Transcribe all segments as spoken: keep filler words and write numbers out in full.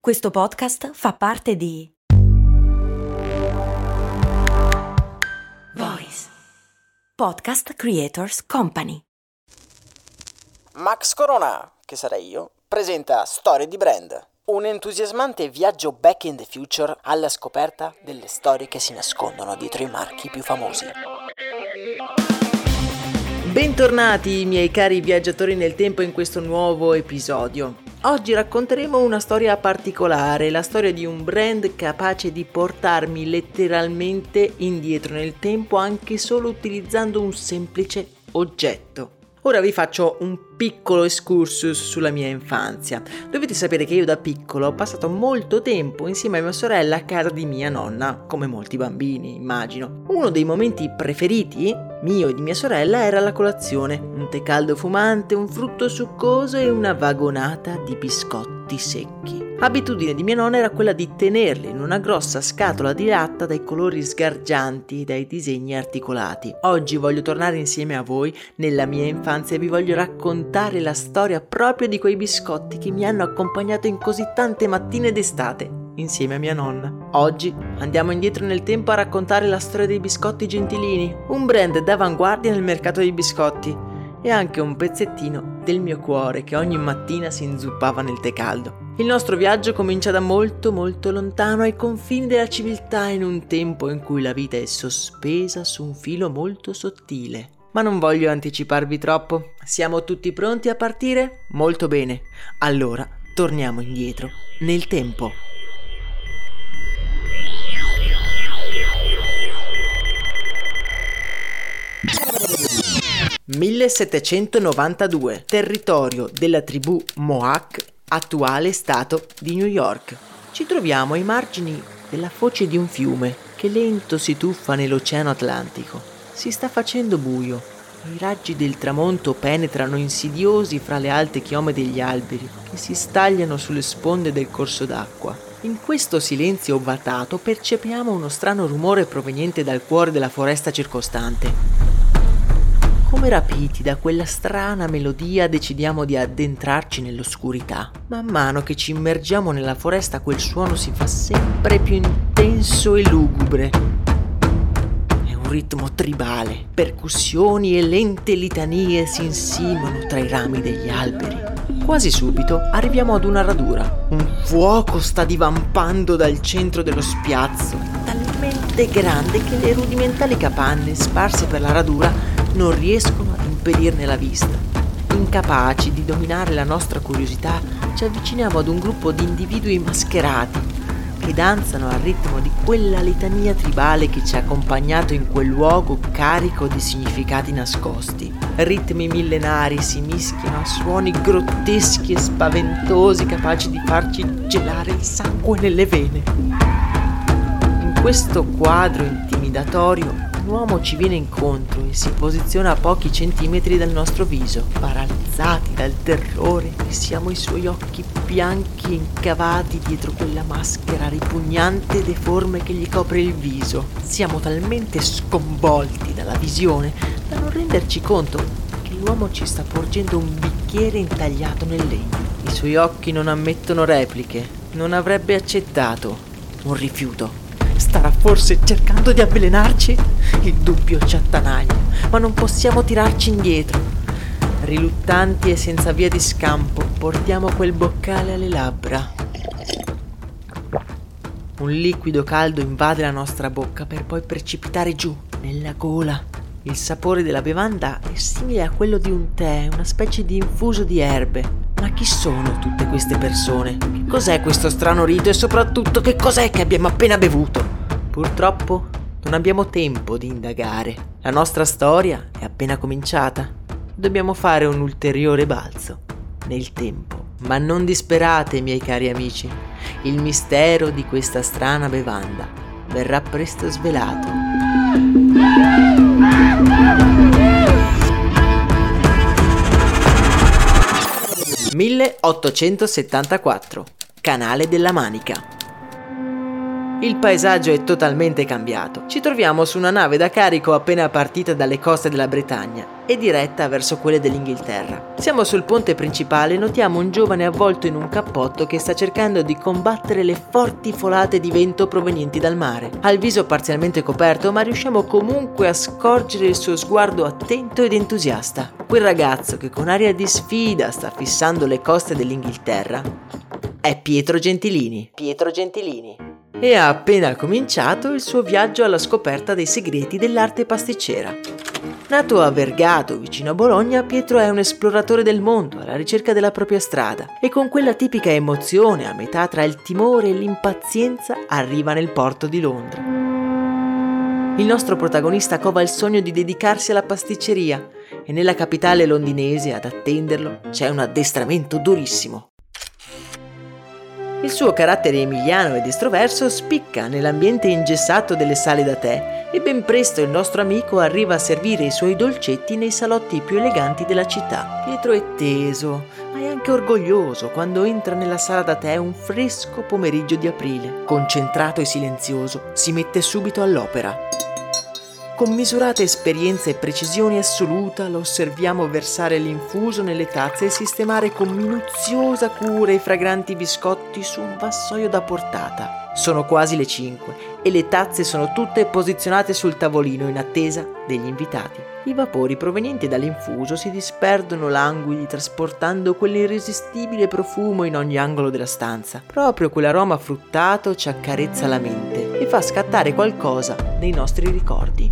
Questo podcast fa parte di Voice Podcast Creators Company. Max Corona, che sarei io, presenta Storie di Brand, un entusiasmante viaggio back in the future alla scoperta delle storie che si nascondono dietro i marchi più famosi. Bentornati miei cari viaggiatori nel tempo in questo nuovo episodio. Oggi racconteremo una storia particolare, la storia di un brand capace di portarmi letteralmente indietro nel tempo anche solo utilizzando un semplice oggetto. Ora vi faccio un piccolo excursus sulla mia infanzia. Dovete sapere che io da piccolo ho passato molto tempo insieme a mia sorella a casa di mia nonna, come molti bambini, immagino. Uno dei momenti preferiti mio e di mia sorella era la colazione, un tè caldo fumante, un frutto succoso e una vagonata di biscotti secchi. Abitudine di mia nonna era quella di tenerli in una grossa scatola di latta dai colori sgargianti e dai disegni articolati. Oggi voglio tornare insieme a voi nella mia infanzia e vi voglio raccontare la storia proprio di quei biscotti che mi hanno accompagnato in così tante mattine d'estate insieme a mia nonna. Oggi andiamo indietro nel tempo a raccontare la storia dei biscotti gentilini, un brand d'avanguardia nel mercato dei biscotti e anche un pezzettino del mio cuore che ogni mattina si inzuppava nel tè caldo. Il nostro viaggio comincia da molto molto lontano ai confini della civiltà, in un tempo in cui la vita è sospesa su un filo molto sottile. Ma non voglio anticiparvi troppo. Siamo tutti pronti a partire? Molto bene. Allora torniamo indietro nel tempo. millesettecentonovantadue, territorio della tribù Mohawk, attuale stato di New York. Ci troviamo ai margini della foce di un fiume che lento si tuffa nell'Oceano Atlantico. Si sta facendo buio e i raggi del tramonto penetrano insidiosi fra le alte chiome degli alberi che si stagliano sulle sponde del corso d'acqua. In questo silenzio ovatato percepiamo uno strano rumore proveniente dal cuore della foresta circostante. Come rapiti da quella strana melodia decidiamo di addentrarci nell'oscurità. Man mano che ci immergiamo nella foresta quel suono si fa sempre più intenso e lugubre. È un ritmo tribale, percussioni e lente litanie si insinuano tra i rami degli alberi. Quasi subito arriviamo ad una radura. Un fuoco sta divampando dal centro dello spiazzo, talmente grande che le rudimentali capanne sparse per la radura non riescono ad impedirne la vista. Incapaci di dominare la nostra curiosità, ci avviciniamo ad un gruppo di individui mascherati che danzano al ritmo di quella litania tribale che ci ha accompagnato in quel luogo carico di significati nascosti. Ritmi millenari si mischiano a suoni grotteschi e spaventosi capaci di farci gelare il sangue nelle vene. In questo quadro intimidatorio un uomo ci viene incontro e si posiziona a pochi centimetri dal nostro viso. Paralizzati dal terrore, fissiamo i suoi occhi bianchi e incavati dietro quella maschera ripugnante e deforme che gli copre il viso. Siamo talmente sconvolti dalla visione da non renderci conto che l'uomo ci sta porgendo un bicchiere intagliato nel legno. I suoi occhi non ammettono repliche. Non avrebbe accettato un rifiuto. Starà forse cercando di avvelenarci? Il dubbio ci attanaglia, ma non possiamo tirarci indietro. Riluttanti e senza via di scampo, portiamo quel boccale alle labbra. Un liquido caldo invade la nostra bocca per poi precipitare giù, nella gola. Il sapore della bevanda è simile a quello di un tè, una specie di infuso di erbe. Ma chi sono tutte queste persone? Che cos'è questo strano rito e soprattutto che cos'è che abbiamo appena bevuto? Purtroppo non abbiamo tempo di indagare. La nostra storia è appena cominciata. Dobbiamo fare un ulteriore balzo nel tempo. Ma non disperate, miei cari amici. Il mistero di questa strana bevanda verrà presto svelato. milleottocentosettantaquattro, Canale della Manica. Il paesaggio è totalmente cambiato. Ci troviamo su una nave da carico appena partita dalle coste della Bretagna e diretta verso quelle dell'Inghilterra. Siamo sul ponte principale e notiamo un giovane avvolto in un cappotto che sta cercando di combattere le forti folate di vento provenienti dal mare. Ha il viso parzialmente coperto, ma riusciamo comunque a scorgere il suo sguardo attento ed entusiasta. Quel ragazzo che con aria di sfida sta fissando le coste dell'Inghilterra è Pietro Gentilini. Pietro Gentilini. E ha appena cominciato il suo viaggio alla scoperta dei segreti dell'arte pasticcera. Nato a Vergato, vicino a Bologna, Pietro è un esploratore del mondo alla ricerca della propria strada e con quella tipica emozione a metà tra il timore e l'impazienza arriva nel porto di Londra. Il nostro protagonista cova il sogno di dedicarsi alla pasticceria e nella capitale londinese ad attenderlo c'è un addestramento durissimo. Il suo carattere emiliano ed estroverso spicca nell'ambiente ingessato delle sale da tè e ben presto il nostro amico arriva a servire i suoi dolcetti nei salotti più eleganti della città. Pietro è teso, ma è anche orgoglioso quando entra nella sala da tè un fresco pomeriggio di aprile. Concentrato e silenzioso, si mette subito all'opera. Con misurata esperienza e precisione assoluta lo osserviamo versare l'infuso nelle tazze e sistemare con minuziosa cura i fragranti biscotti su un vassoio da portata. Sono quasi le cinque e le tazze sono tutte posizionate sul tavolino in attesa degli invitati. I vapori provenienti dall'infuso si disperdono languidi trasportando quell'irresistibile profumo in ogni angolo della stanza. Proprio quell'aroma fruttato ci accarezza la mente e fa scattare qualcosa nei nostri ricordi.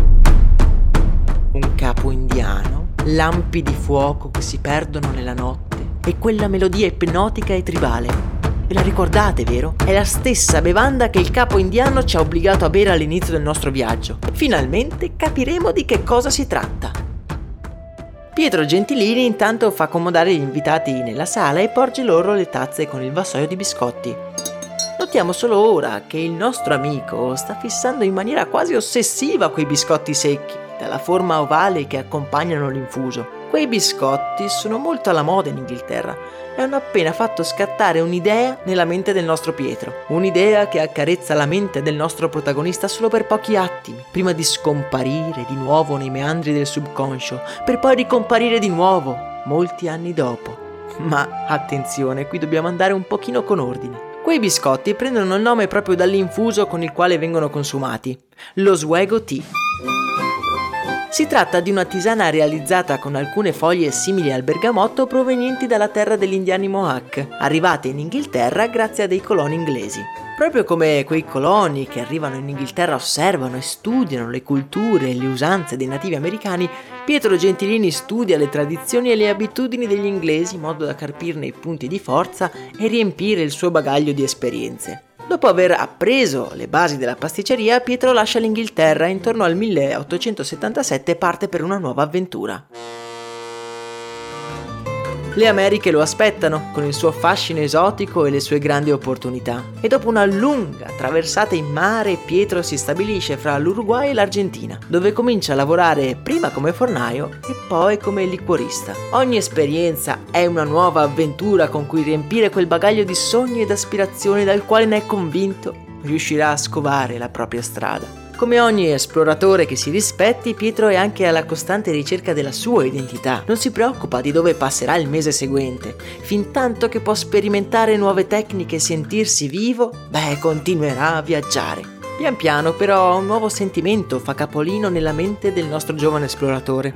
Un capo indiano, lampi di fuoco che si perdono nella notte e quella melodia ipnotica e tribale. Ve la ricordate, vero? È la stessa bevanda che il capo indiano ci ha obbligato a bere all'inizio del nostro viaggio. Finalmente capiremo di che cosa si tratta. Pietro Gentilini intanto fa accomodare gli invitati nella sala e porge loro le tazze con il vassoio di biscotti. Notiamo solo ora che il nostro amico sta fissando in maniera quasi ossessiva quei biscotti secchi, dalla forma ovale che accompagnano l'infuso. Quei biscotti sono molto alla moda in Inghilterra e hanno appena fatto scattare un'idea nella mente del nostro Pietro. Un'idea che accarezza la mente del nostro protagonista solo per pochi attimi, prima di scomparire di nuovo nei meandri del subconscio, per poi ricomparire di nuovo molti anni dopo. Ma attenzione, qui dobbiamo andare un pochino con ordine. Quei biscotti prendono il nome proprio dall'infuso con il quale vengono consumati, l'Oswego Tea. Si tratta di una tisana realizzata con alcune foglie simili al bergamotto provenienti dalla terra degli indiani Mohawk, arrivate in Inghilterra grazie a dei coloni inglesi. Proprio come quei coloni che arrivano in Inghilterra osservano e studiano le culture e le usanze dei nativi americani, Pietro Gentilini studia le tradizioni e le abitudini degli inglesi in modo da carpirne i punti di forza e riempire il suo bagaglio di esperienze. Dopo aver appreso le basi della pasticceria, Pietro lascia l'Inghilterra e intorno al milleottocentosettantasette parte per una nuova avventura. Le Americhe lo aspettano, con il suo fascino esotico e le sue grandi opportunità. E dopo una lunga traversata in mare, Pietro si stabilisce fra l'Uruguay e l'Argentina, dove comincia a lavorare prima come fornaio e poi come liquorista. Ogni esperienza è una nuova avventura con cui riempire quel bagaglio di sogni ed aspirazioni dal quale ne è convinto riuscirà a scovare la propria strada. Come ogni esploratore che si rispetti, Pietro è anche alla costante ricerca della sua identità. Non si preoccupa di dove passerà il mese seguente. Fin tanto che può sperimentare nuove tecniche e sentirsi vivo, beh, continuerà a viaggiare. Pian piano, però, un nuovo sentimento fa capolino nella mente del nostro giovane esploratore.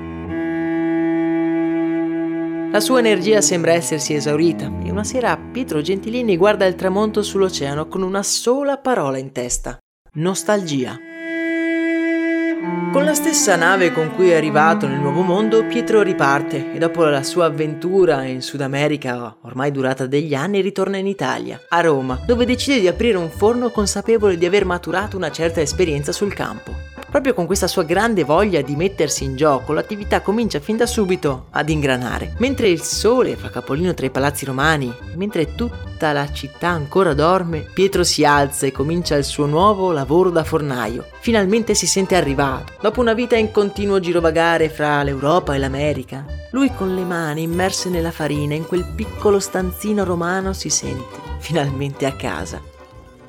La sua energia sembra essersi esaurita e una sera Pietro Gentilini guarda il tramonto sull'oceano con una sola parola in testa: nostalgia. Con la stessa nave con cui è arrivato nel nuovo mondo, Pietro riparte e dopo la sua avventura in Sud America, ormai durata degli anni, ritorna in Italia, a Roma, dove decide di aprire un forno consapevole di aver maturato una certa esperienza sul campo. Proprio con questa sua grande voglia di mettersi in gioco, l'attività comincia fin da subito ad ingranare. Mentre il sole fa capolino tra i palazzi romani, e mentre tutta la città ancora dorme, Pietro si alza e comincia il suo nuovo lavoro da fornaio. Finalmente si sente arrivato. Dopo una vita in continuo girovagare fra l'Europa e l'America, lui con le mani immerse nella farina in quel piccolo stanzino romano si sente finalmente a casa.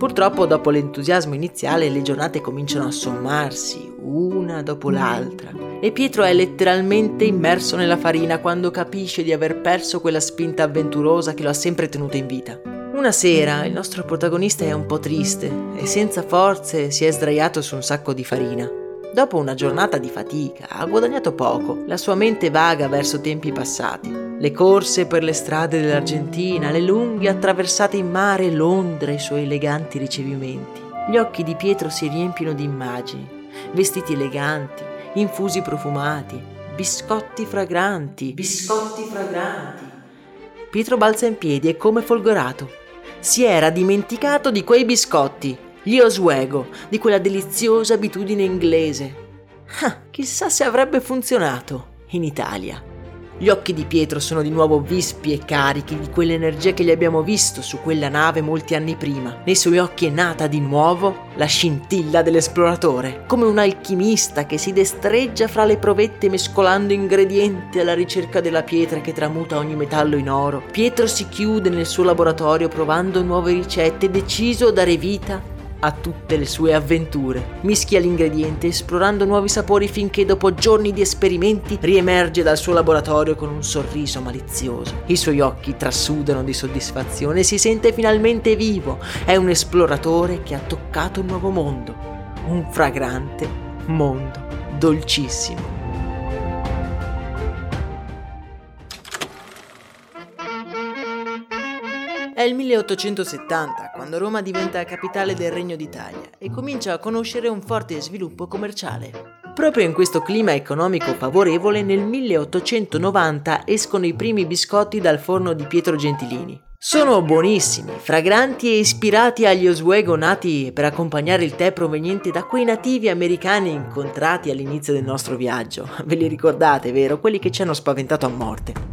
Purtroppo, dopo l'entusiasmo iniziale, le giornate cominciano a sommarsi, una dopo l'altra, e Pietro è letteralmente immerso nella farina quando capisce di aver perso quella spinta avventurosa che lo ha sempre tenuto in vita. Una sera il nostro protagonista è un po' triste e senza forze si è sdraiato su un sacco di farina. Dopo una giornata di fatica ha guadagnato poco, la sua mente vaga verso tempi passati. Le corse per le strade dell'Argentina, le lunghe attraversate in mare, Londra e i suoi eleganti ricevimenti. Gli occhi di Pietro si riempiono di immagini, vestiti eleganti, infusi profumati, biscotti fragranti, biscotti fragranti. Pietro balza in piedi e come folgorato. Si era dimenticato di quei biscotti, gli Oswego, di quella deliziosa abitudine inglese. Ah, chissà se avrebbe funzionato in Italia. Gli occhi di Pietro sono di nuovo vispi e carichi di quell'energia che gli abbiamo visto su quella nave molti anni prima. Nei suoi occhi è nata di nuovo la scintilla dell'esploratore, come un alchimista che si destreggia fra le provette mescolando ingredienti alla ricerca della pietra che tramuta ogni metallo in oro. Pietro si chiude nel suo laboratorio provando nuove ricette, deciso a dare vita a tutte le sue avventure. Mischia l'ingrediente esplorando nuovi sapori finché dopo giorni di esperimenti riemerge dal suo laboratorio con un sorriso malizioso. I suoi occhi trasudano di soddisfazione e si sente finalmente vivo. È un esploratore che ha toccato un nuovo mondo, un fragrante mondo dolcissimo. È il milleottocentosettanta, quando Roma diventa capitale del Regno d'Italia e comincia a conoscere un forte sviluppo commerciale. Proprio in questo clima economico favorevole, nel milleottocentonovanta escono i primi biscotti dal forno di Pietro Gentilini. Sono buonissimi, fragranti e ispirati agli Oswego nati per accompagnare il tè proveniente da quei nativi americani incontrati all'inizio del nostro viaggio. Ve li ricordate, vero? Quelli che ci hanno spaventato a morte.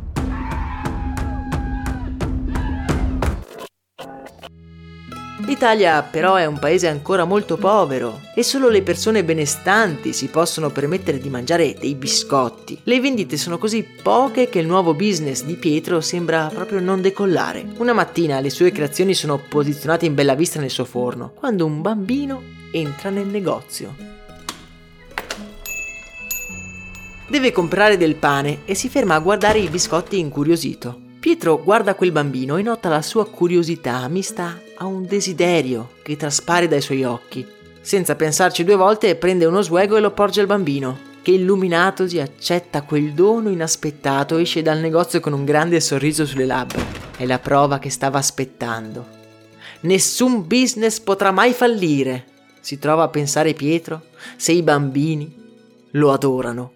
L'Italia però è un paese ancora molto povero e solo le persone benestanti si possono permettere di mangiare dei biscotti. Le vendite sono così poche che il nuovo business di Pietro sembra proprio non decollare. Una mattina le sue creazioni sono posizionate in bella vista nel suo forno, quando un bambino entra nel negozio. Deve comprare del pane e si ferma a guardare i biscotti incuriosito. Pietro guarda quel bambino e nota la sua curiosità mista a un desiderio che traspare dai suoi occhi. Senza pensarci due volte prende uno Oswego e lo porge al bambino, che illuminatosi accetta quel dono inaspettato e esce dal negozio con un grande sorriso sulle labbra. È la prova che stava aspettando. Nessun business potrà mai fallire, si trova a pensare Pietro, se i bambini lo adorano.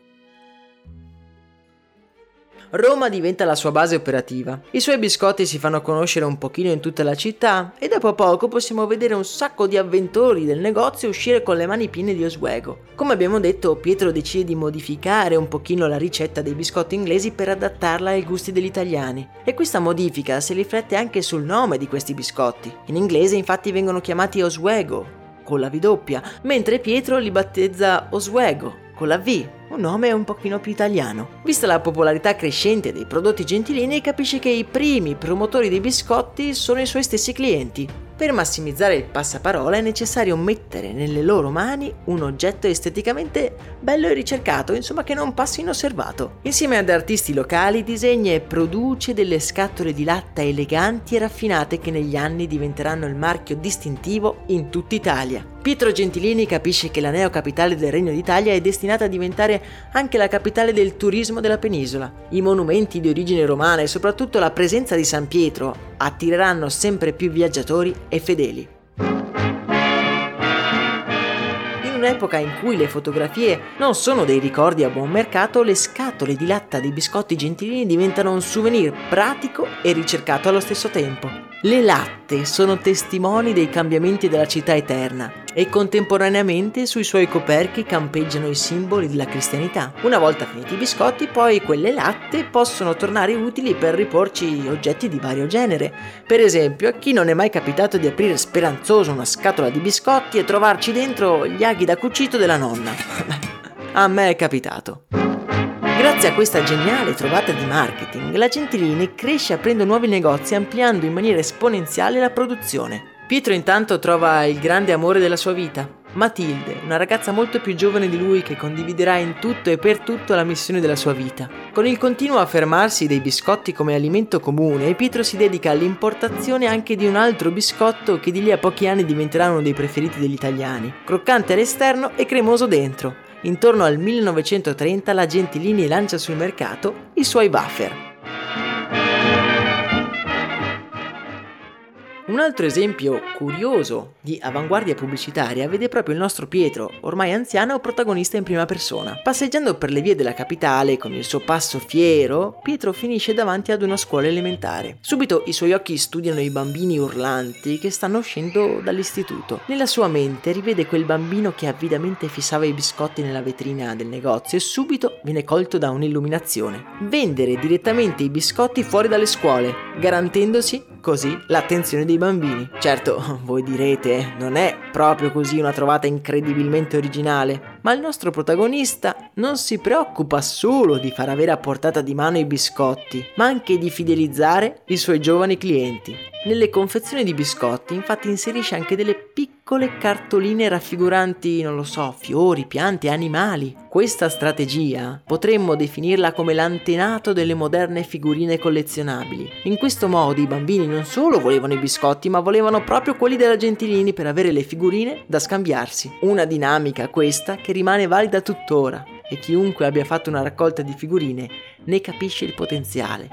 Roma diventa la sua base operativa. I suoi biscotti si fanno conoscere un pochino in tutta la città e dopo poco possiamo vedere un sacco di avventori del negozio uscire con le mani piene di Oswego. Come abbiamo detto, Pietro decide di modificare un pochino la ricetta dei biscotti inglesi per adattarla ai gusti degli italiani. E questa modifica si riflette anche sul nome di questi biscotti. In inglese infatti vengono chiamati Oswego, con la V doppia, mentre Pietro li battezza Oswego, con la V, un nome un pochino più italiano. Vista la popolarità crescente dei prodotti Gentilini, capisce che i primi promotori dei biscotti sono i suoi stessi clienti. Per massimizzare il passaparola è necessario mettere nelle loro mani un oggetto esteticamente bello e ricercato, insomma che non passi inosservato. Insieme ad artisti locali disegna e produce delle scatole di latta eleganti e raffinate che negli anni diventeranno il marchio distintivo in tutta Italia. Pietro Gentilini capisce che la neocapitale del Regno d'Italia è destinata a diventare anche la capitale del turismo della penisola. I monumenti di origine romana e soprattutto la presenza di San Pietro attireranno sempre più viaggiatori e fedeli. In un'epoca in cui le fotografie non sono dei ricordi a buon mercato, le scatole di latta dei biscotti Gentilini diventano un souvenir pratico e ricercato allo stesso tempo. Le latte sono testimoni dei cambiamenti della città eterna e contemporaneamente sui suoi coperchi campeggiano i simboli della cristianità. Una volta finiti i biscotti, poi quelle latte possono tornare utili per riporci oggetti di vario genere. Per esempio, a chi non è mai capitato di aprire speranzoso una scatola di biscotti e trovarci dentro gli aghi da cucito della nonna? A me è capitato. Grazie a questa geniale trovata di marketing, la Gentilini cresce aprendo nuovi negozi, ampliando in maniera esponenziale la produzione. Pietro intanto trova il grande amore della sua vita, Matilde, una ragazza molto più giovane di lui che condividerà in tutto e per tutto la missione della sua vita. Con il continuo affermarsi dei biscotti come alimento comune, Pietro si dedica all'importazione anche di un altro biscotto che di lì a pochi anni diventerà uno dei preferiti degli italiani, croccante all'esterno e cremoso dentro. Intorno al millenovecentotrenta la Gentilini lancia sul mercato i suoi wafer. Un altro esempio curioso di avanguardia pubblicitaria vede proprio il nostro Pietro, ormai anziano, protagonista in prima persona. Passeggiando per le vie della capitale con il suo passo fiero, Pietro finisce davanti ad una scuola elementare. Subito i suoi occhi studiano i bambini urlanti che stanno uscendo dall'istituto. Nella sua mente rivede quel bambino che avidamente fissava i biscotti nella vetrina del negozio e subito viene colto da un'illuminazione. Vendere direttamente i biscotti fuori dalle scuole, garantendosi così l'attenzione dei bambini. Certo, voi direte, non è proprio così una trovata incredibilmente originale, ma il nostro protagonista non si preoccupa solo di far avere a portata di mano i biscotti, ma anche di fidelizzare i suoi giovani clienti. Nelle confezioni di biscotti infatti inserisce anche delle piccole cartoline raffiguranti, non lo so, fiori, piante, animali. Questa strategia potremmo definirla come l'antenato delle moderne figurine collezionabili. In questo modo i bambini non solo volevano i biscotti, ma volevano proprio quelli della Gentilini per avere le figurine da scambiarsi. Una dinamica questa che rimane valida tuttora e chiunque abbia fatto una raccolta di figurine ne capisce il potenziale.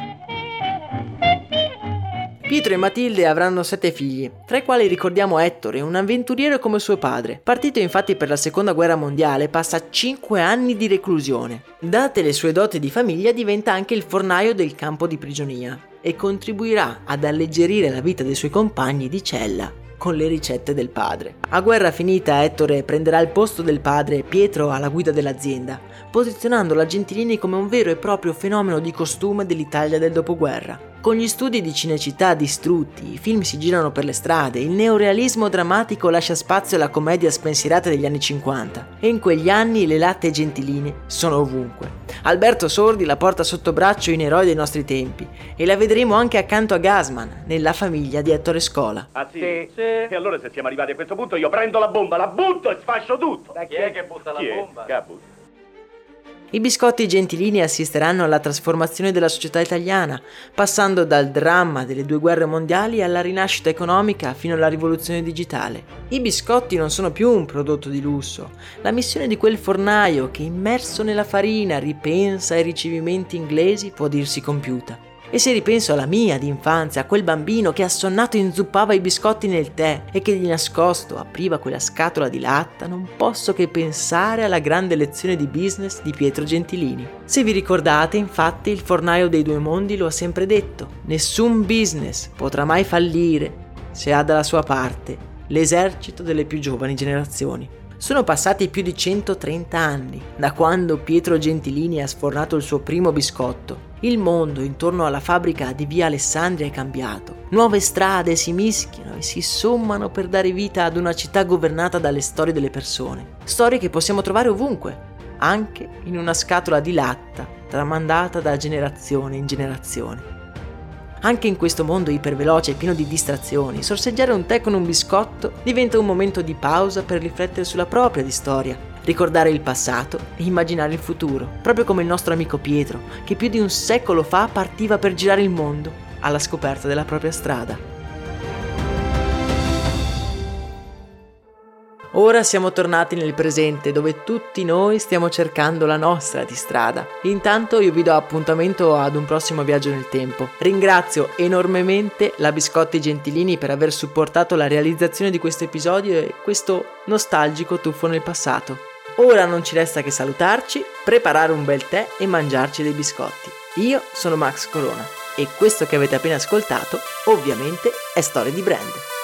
Pietro e Matilde avranno sette figli, tra i quali ricordiamo Ettore, un avventuriero come suo padre. Partito infatti per la seconda guerra mondiale, passa cinque anni di reclusione. Date le sue doti di famiglia, diventa anche il fornaio del campo di prigionia e contribuirà ad alleggerire la vita dei suoi compagni di cella con le ricette del padre. A guerra finita, Ettore prenderà il posto del padre e Pietro alla guida dell'azienda, posizionando la Gentilini come un vero e proprio fenomeno di costume dell'Italia del dopoguerra. Con gli studi di Cinecittà distrutti, i film si girano per le strade, il neorealismo drammatico lascia spazio alla commedia spensierata degli anni cinquanta e in quegli anni le latte Gentilini sono ovunque. Alberto Sordi la porta sotto braccio in Eroi dei nostri tempi e la vedremo anche accanto a Gassman nella famiglia di Ettore Scola. Ah sì? Sì. E allora se siamo arrivati a questo punto io prendo la bomba, la butto e sfascio tutto. Da chi è che butta la Chi è? bomba? Che la butta? I biscotti Gentilini assisteranno alla trasformazione della società italiana, passando dal dramma delle due guerre mondiali alla rinascita economica fino alla rivoluzione digitale. I biscotti non sono più un prodotto di lusso. La missione di quel fornaio che, immerso nella farina, ripensa ai ricevimenti inglesi può dirsi compiuta. E se ripenso alla mia d'infanzia, a quel bambino che assonnato inzuppava i biscotti nel tè e che di nascosto apriva quella scatola di latta, non posso che pensare alla grande lezione di business di Pietro Gentilini. Se vi ricordate, infatti, il fornaio dei due mondi lo ha sempre detto: nessun business potrà mai fallire se ha dalla sua parte l'esercito delle più giovani generazioni. Sono passati più di centotrenta anni da quando Pietro Gentilini ha sfornato il suo primo biscotto. Il mondo intorno alla fabbrica di via Alessandria è cambiato. Nuove strade si mischiano e si sommano per dare vita ad una città governata dalle storie delle persone. Storie che possiamo trovare ovunque, anche in una scatola di latta tramandata da generazione in generazione. Anche in questo mondo iperveloce e pieno di distrazioni, sorseggiare un tè con un biscotto diventa un momento di pausa per riflettere sulla propria di storia, ricordare il passato e immaginare il futuro, proprio come il nostro amico Pietro, che più di un secolo fa partiva per girare il mondo alla scoperta della propria strada. Ora siamo tornati nel presente, dove tutti noi stiamo cercando la nostra di strada. Intanto io vi do appuntamento ad un prossimo viaggio nel tempo. Ringrazio enormemente la Biscotti Gentilini per aver supportato la realizzazione di questo episodio e questo nostalgico tuffo nel passato. Ora non ci resta che salutarci, preparare un bel tè e mangiarci dei biscotti. Io sono Max Corona e questo che avete appena ascoltato ovviamente è Storie di Brand.